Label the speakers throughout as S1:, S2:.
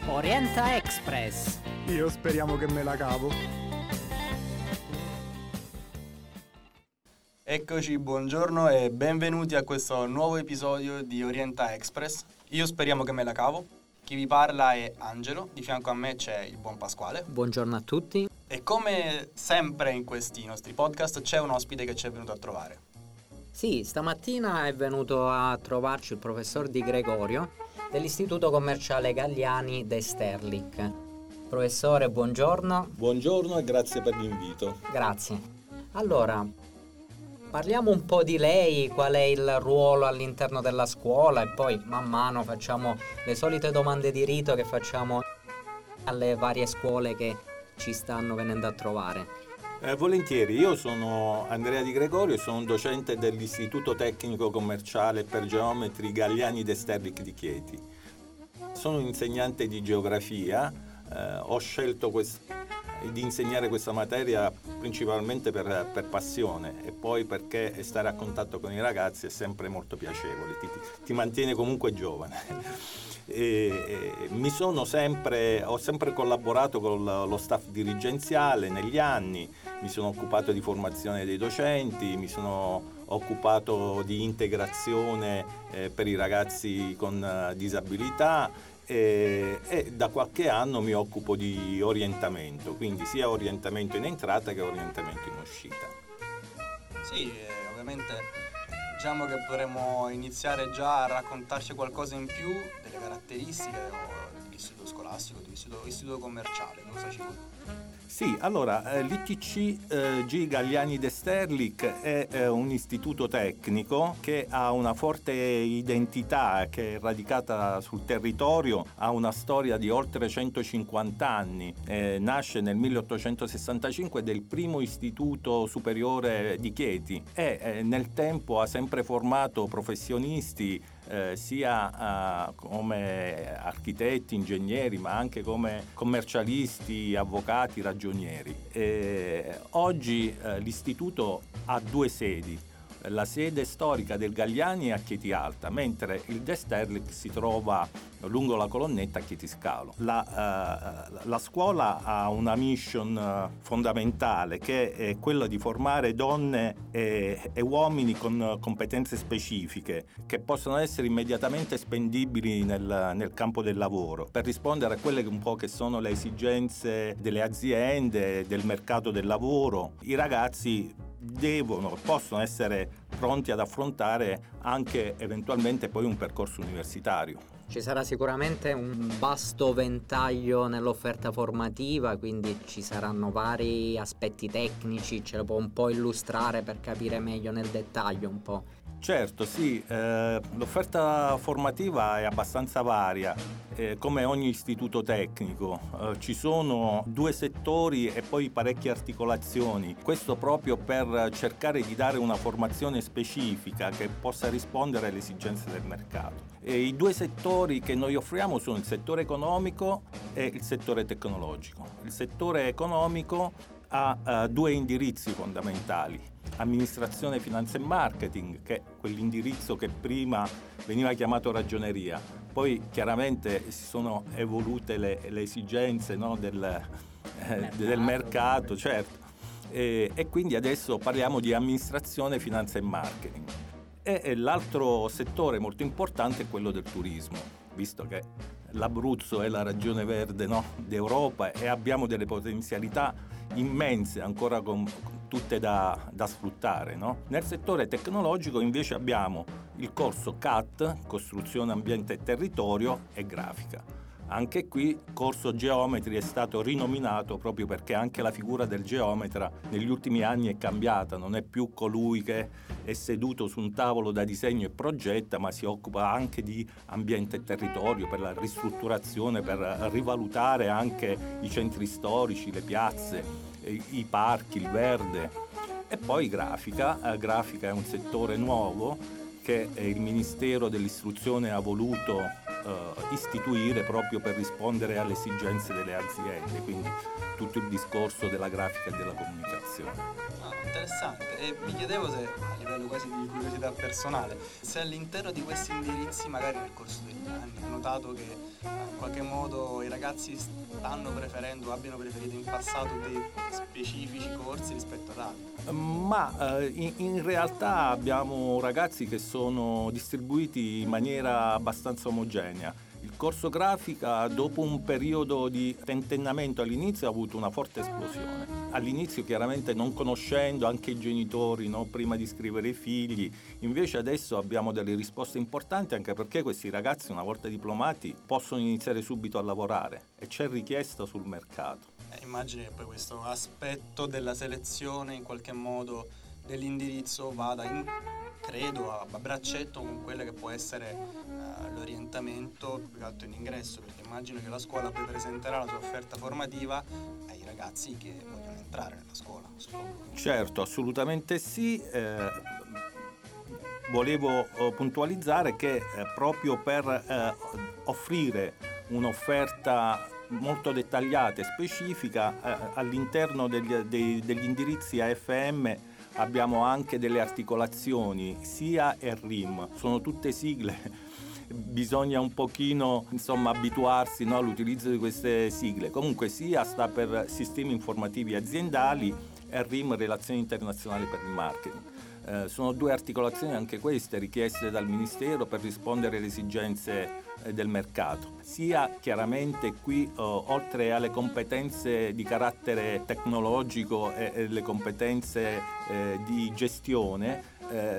S1: Orienta Express.
S2: Io speriamo che me la cavo.
S3: Eccoci, buongiorno e benvenuti a questo nuovo episodio di Orienta Express. Io speriamo che me la cavo. Chi vi parla è Angelo, di fianco a me c'è il buon Pasquale.
S1: Buongiorno a tutti.
S3: E come sempre in questi nostri podcast c'è un ospite che ci è venuto a trovare.
S1: Sì, stamattina è venuto a trovarci il professor Di Gregorio dell'Istituto Commerciale Galliani de Sterlich. Professore, buongiorno.
S4: Buongiorno e grazie per l'invito.
S1: Grazie. Allora, parliamo un po' di lei, qual è il ruolo all'interno della scuola e poi man mano facciamo le solite domande di rito che facciamo alle varie scuole che ci stanno venendo a trovare.
S4: Volentieri, io sono Andrea Di Gregorio e sono un docente dell'Istituto Tecnico Commerciale per Geometri Galliani de Sterlich di Chieti. Sono un insegnante di geografia, ho scelto di insegnare questa materia principalmente per passione e poi perché stare a contatto con i ragazzi è sempre molto piacevole, ti mantiene comunque giovane. Ho sempre collaborato con lo staff dirigenziale negli anni, mi sono occupato di formazione dei docenti, mi sono occupato di integrazione per i ragazzi con disabilità e da qualche anno mi occupo di orientamento, quindi sia orientamento in entrata che orientamento in uscita.
S3: Sì, ovviamente diciamo che potremmo iniziare già a raccontarci qualcosa in più delle caratteristiche dell'istituto scolastico, dell'istituto commerciale. Cosa ci vuoi?
S4: Sì, allora l'ITC G Galliani de Sterlich è un istituto tecnico che ha una forte identità, che è radicata sul territorio, ha una storia di oltre 150 anni, nasce nel 1865 ed è il primo istituto superiore di Chieti e nel tempo ha sempre formato professionisti sia come architetti, ingegneri, ma anche come commercialisti, avvocati, ragionieri. Oggi l'istituto ha due sedi. La sede storica del Galliani è a Chieti Alta, mentre il De Sterlich si trova lungo la Colonnetta a Chieti Scalo. La scuola ha una mission fondamentale che è quella di formare donne e uomini con competenze specifiche che possono essere immediatamente spendibili nel campo del lavoro per rispondere a quelle che sono le esigenze delle aziende, del mercato del lavoro. I ragazzi possono essere pronti ad affrontare anche eventualmente poi un percorso universitario.
S1: Ci sarà sicuramente un vasto ventaglio nell'offerta formativa, quindi ci saranno vari aspetti tecnici, ce lo può un po' illustrare per capire meglio nel dettaglio un po'?
S4: Certo, sì, l'offerta formativa è abbastanza varia, come ogni istituto tecnico. Ci sono due settori e poi parecchie articolazioni, questo proprio per cercare di dare una formazione specifica che possa rispondere alle esigenze del mercato. I due settori che noi offriamo sono il settore economico e il settore tecnologico. Il settore economico ha due indirizzi fondamentali: amministrazione, finanza e marketing, che è quell'indirizzo che prima veniva chiamato ragioneria, poi chiaramente si sono evolute le esigenze, no, del mercato, certo, e quindi adesso parliamo di amministrazione, finanza e marketing. E l'altro settore molto importante è quello del turismo, visto che l'Abruzzo è la regione verde, no, d'Europa e abbiamo delle potenzialità immense ancora tutte da sfruttare, no? Nel settore tecnologico invece abbiamo il corso CAT, Costruzione, Ambiente e Territorio, e Grafica. Anche qui corso Geometri è stato rinominato proprio perché anche la figura del geometra negli ultimi anni è cambiata, non è più colui che è seduto su un tavolo da disegno e progetta, ma si occupa anche di ambiente e territorio per la ristrutturazione, per rivalutare anche i centri storici, le piazze, i parchi, il verde. E poi grafica è un settore nuovo che il Ministero dell'Istruzione ha voluto istituire proprio per rispondere alle esigenze delle aziende, quindi tutto il discorso della grafica e della comunicazione.
S3: Interessante, e mi chiedevo se, a livello quasi di curiosità personale, se all'interno di questi indirizzi, magari nel corso degli anni, notato che in qualche modo i ragazzi abbiano preferito in passato dei specifici corsi rispetto ad altri?
S4: Ma in realtà abbiamo ragazzi che sono distribuiti in maniera abbastanza omogenea. Il corso grafica, dopo un periodo di tentennamento all'inizio, ha avuto una forte esplosione. All'inizio chiaramente non conoscendo anche i genitori, no, prima di iscrivere i figli, invece adesso abbiamo delle risposte importanti, anche perché questi ragazzi, una volta diplomati, possono iniziare subito a lavorare e c'è richiesta sul mercato.
S3: Immagino che poi questo aspetto della selezione, in qualche modo dell'indirizzo, vada credo a braccetto con quello che può essere l'orientamento più che altro in ingresso, perché immagino che la scuola poi presenterà la sua offerta formativa ai ragazzi che vogliono entrare nella scuola, suppongo.
S4: Certo, assolutamente sì. Volevo puntualizzare che proprio per offrire un'offerta molto dettagliata e specifica all'interno degli indirizzi AFM abbiamo anche delle articolazioni SIA e RIM, sono tutte sigle. Bisogna un pochino abituarsi, no, all'utilizzo di queste sigle. Comunque SIA sta per Sistemi Informativi Aziendali e RIM Relazioni Internazionali per il Marketing. Sono due articolazioni anche queste richieste dal Ministero per rispondere alle esigenze del mercato. Sia chiaramente qui oltre alle competenze di carattere tecnologico e le competenze di gestione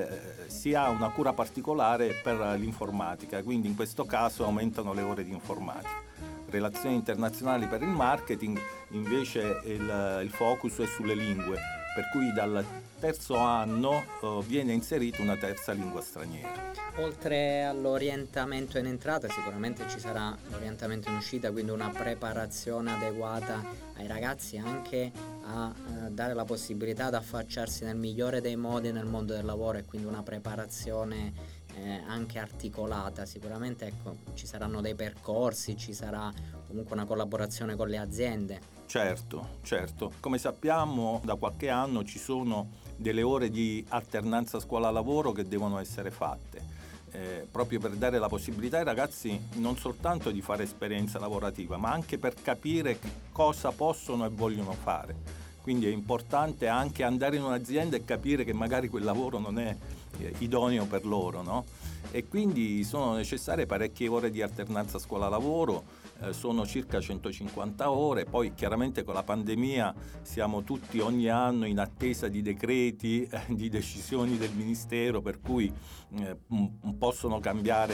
S4: si ha una cura particolare per l'informatica, quindi in questo caso aumentano le ore di informatica. Relazioni internazionali per il marketing invece il focus è sulle lingue, per cui dal terzo anno viene inserita una terza lingua straniera.
S1: Oltre all'orientamento in entrata sicuramente ci sarà l'orientamento in uscita, quindi una preparazione adeguata ai ragazzi anche a dare la possibilità di affacciarsi nel migliore dei modi nel mondo del lavoro, e quindi una preparazione anche articolata. Sicuramente ecco, ci saranno dei percorsi, ci sarà comunque una collaborazione con le aziende.
S4: Certo. Come sappiamo da qualche anno ci sono delle ore di alternanza scuola-lavoro che devono essere fatte, proprio per dare la possibilità ai ragazzi non soltanto di fare esperienza lavorativa, ma anche per capire cosa possono e vogliono fare. Quindi è importante anche andare in un'azienda e capire che magari quel lavoro non è idoneo per loro, no? E quindi sono necessarie parecchie ore di alternanza scuola-lavoro, sono circa 150 ore, poi chiaramente con la pandemia siamo tutti ogni anno in attesa di decreti, di decisioni del Ministero, per cui possono cambiare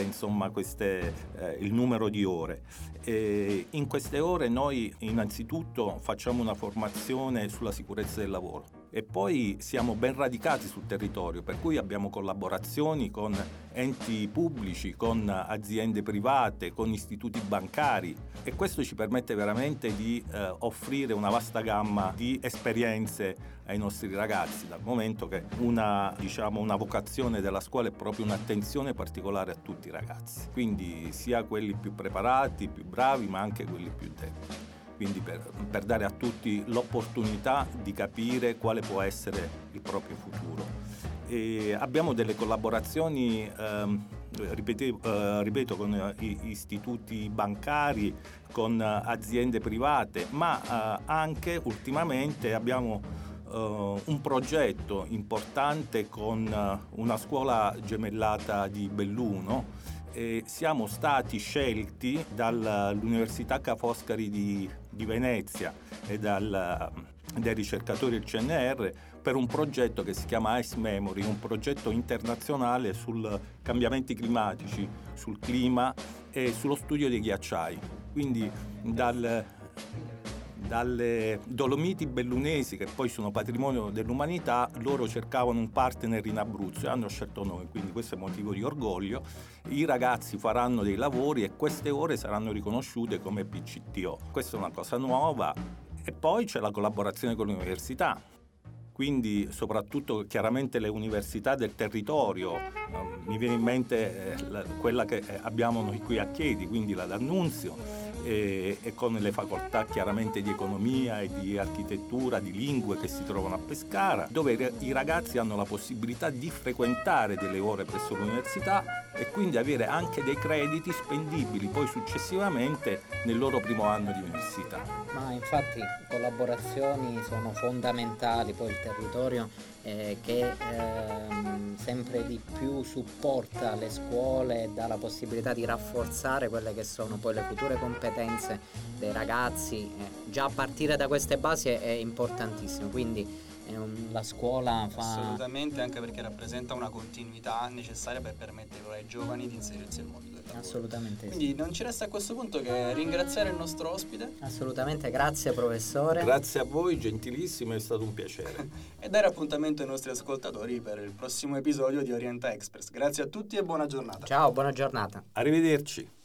S4: il numero di ore. E in queste ore noi innanzitutto facciamo una formazione sulla sicurezza del lavoro e poi siamo ben radicati sul territorio, per cui abbiamo collaborazioni con enti pubblici, con aziende private, con istituti bancari, e questo ci permette veramente di offrire una vasta gamma di esperienze ai nostri ragazzi, dal momento che una vocazione della scuola è proprio un'attenzione particolare a tutti i ragazzi, quindi sia quelli più preparati, più bravi, ma anche quelli più deboli. Quindi per dare a tutti l'opportunità di capire quale può essere il proprio futuro. E abbiamo delle collaborazioni, ripeto, con istituti bancari, con aziende private, ma anche ultimamente abbiamo un progetto importante con una scuola gemellata di Belluno. E siamo stati scelti dall'Università Ca' Foscari di Venezia e dai ricercatori del CNR per un progetto che si chiama Ice Memory, un progetto internazionale sul cambiamenti climatici, sul clima e sullo studio dei ghiacciai. Quindi dalle Dolomiti bellunesi, che poi sono patrimonio dell'umanità, loro cercavano un partner in Abruzzo e hanno scelto noi, quindi questo è motivo di orgoglio. I ragazzi faranno dei lavori e queste ore saranno riconosciute come PCTO. Questa è una cosa nuova. E poi c'è la collaborazione con l'università, quindi soprattutto chiaramente le università del territorio, Mi viene in mente quella che abbiamo noi qui a Chieti, quindi la D'Annunzio, e con le facoltà chiaramente di economia e di architettura, di lingue che si trovano a Pescara, dove i ragazzi hanno la possibilità di frequentare delle ore presso l'università e quindi avere anche dei crediti spendibili poi successivamente nel loro primo anno di università.
S1: Ma infatti collaborazioni sono fondamentali, poi il territorio che sempre di più supporta le scuole e dà la possibilità di rafforzare quelle che sono poi le future competenze dei ragazzi, già a partire da queste basi è importantissimo, quindi la scuola fa...
S3: Assolutamente, anche perché rappresenta una continuità necessaria per permettere ai giovani di inserirsi nel mondo del lavoro.
S1: Assolutamente sì.
S3: Quindi non ci resta a questo punto che ringraziare il nostro ospite.
S1: Assolutamente, grazie professore.
S4: Grazie a voi, gentilissimo, è stato un piacere.
S3: E dare appuntamento ai nostri ascoltatori per il prossimo episodio di Orienta Express. Grazie a tutti e buona giornata.
S1: Ciao, buona giornata.
S4: Arrivederci.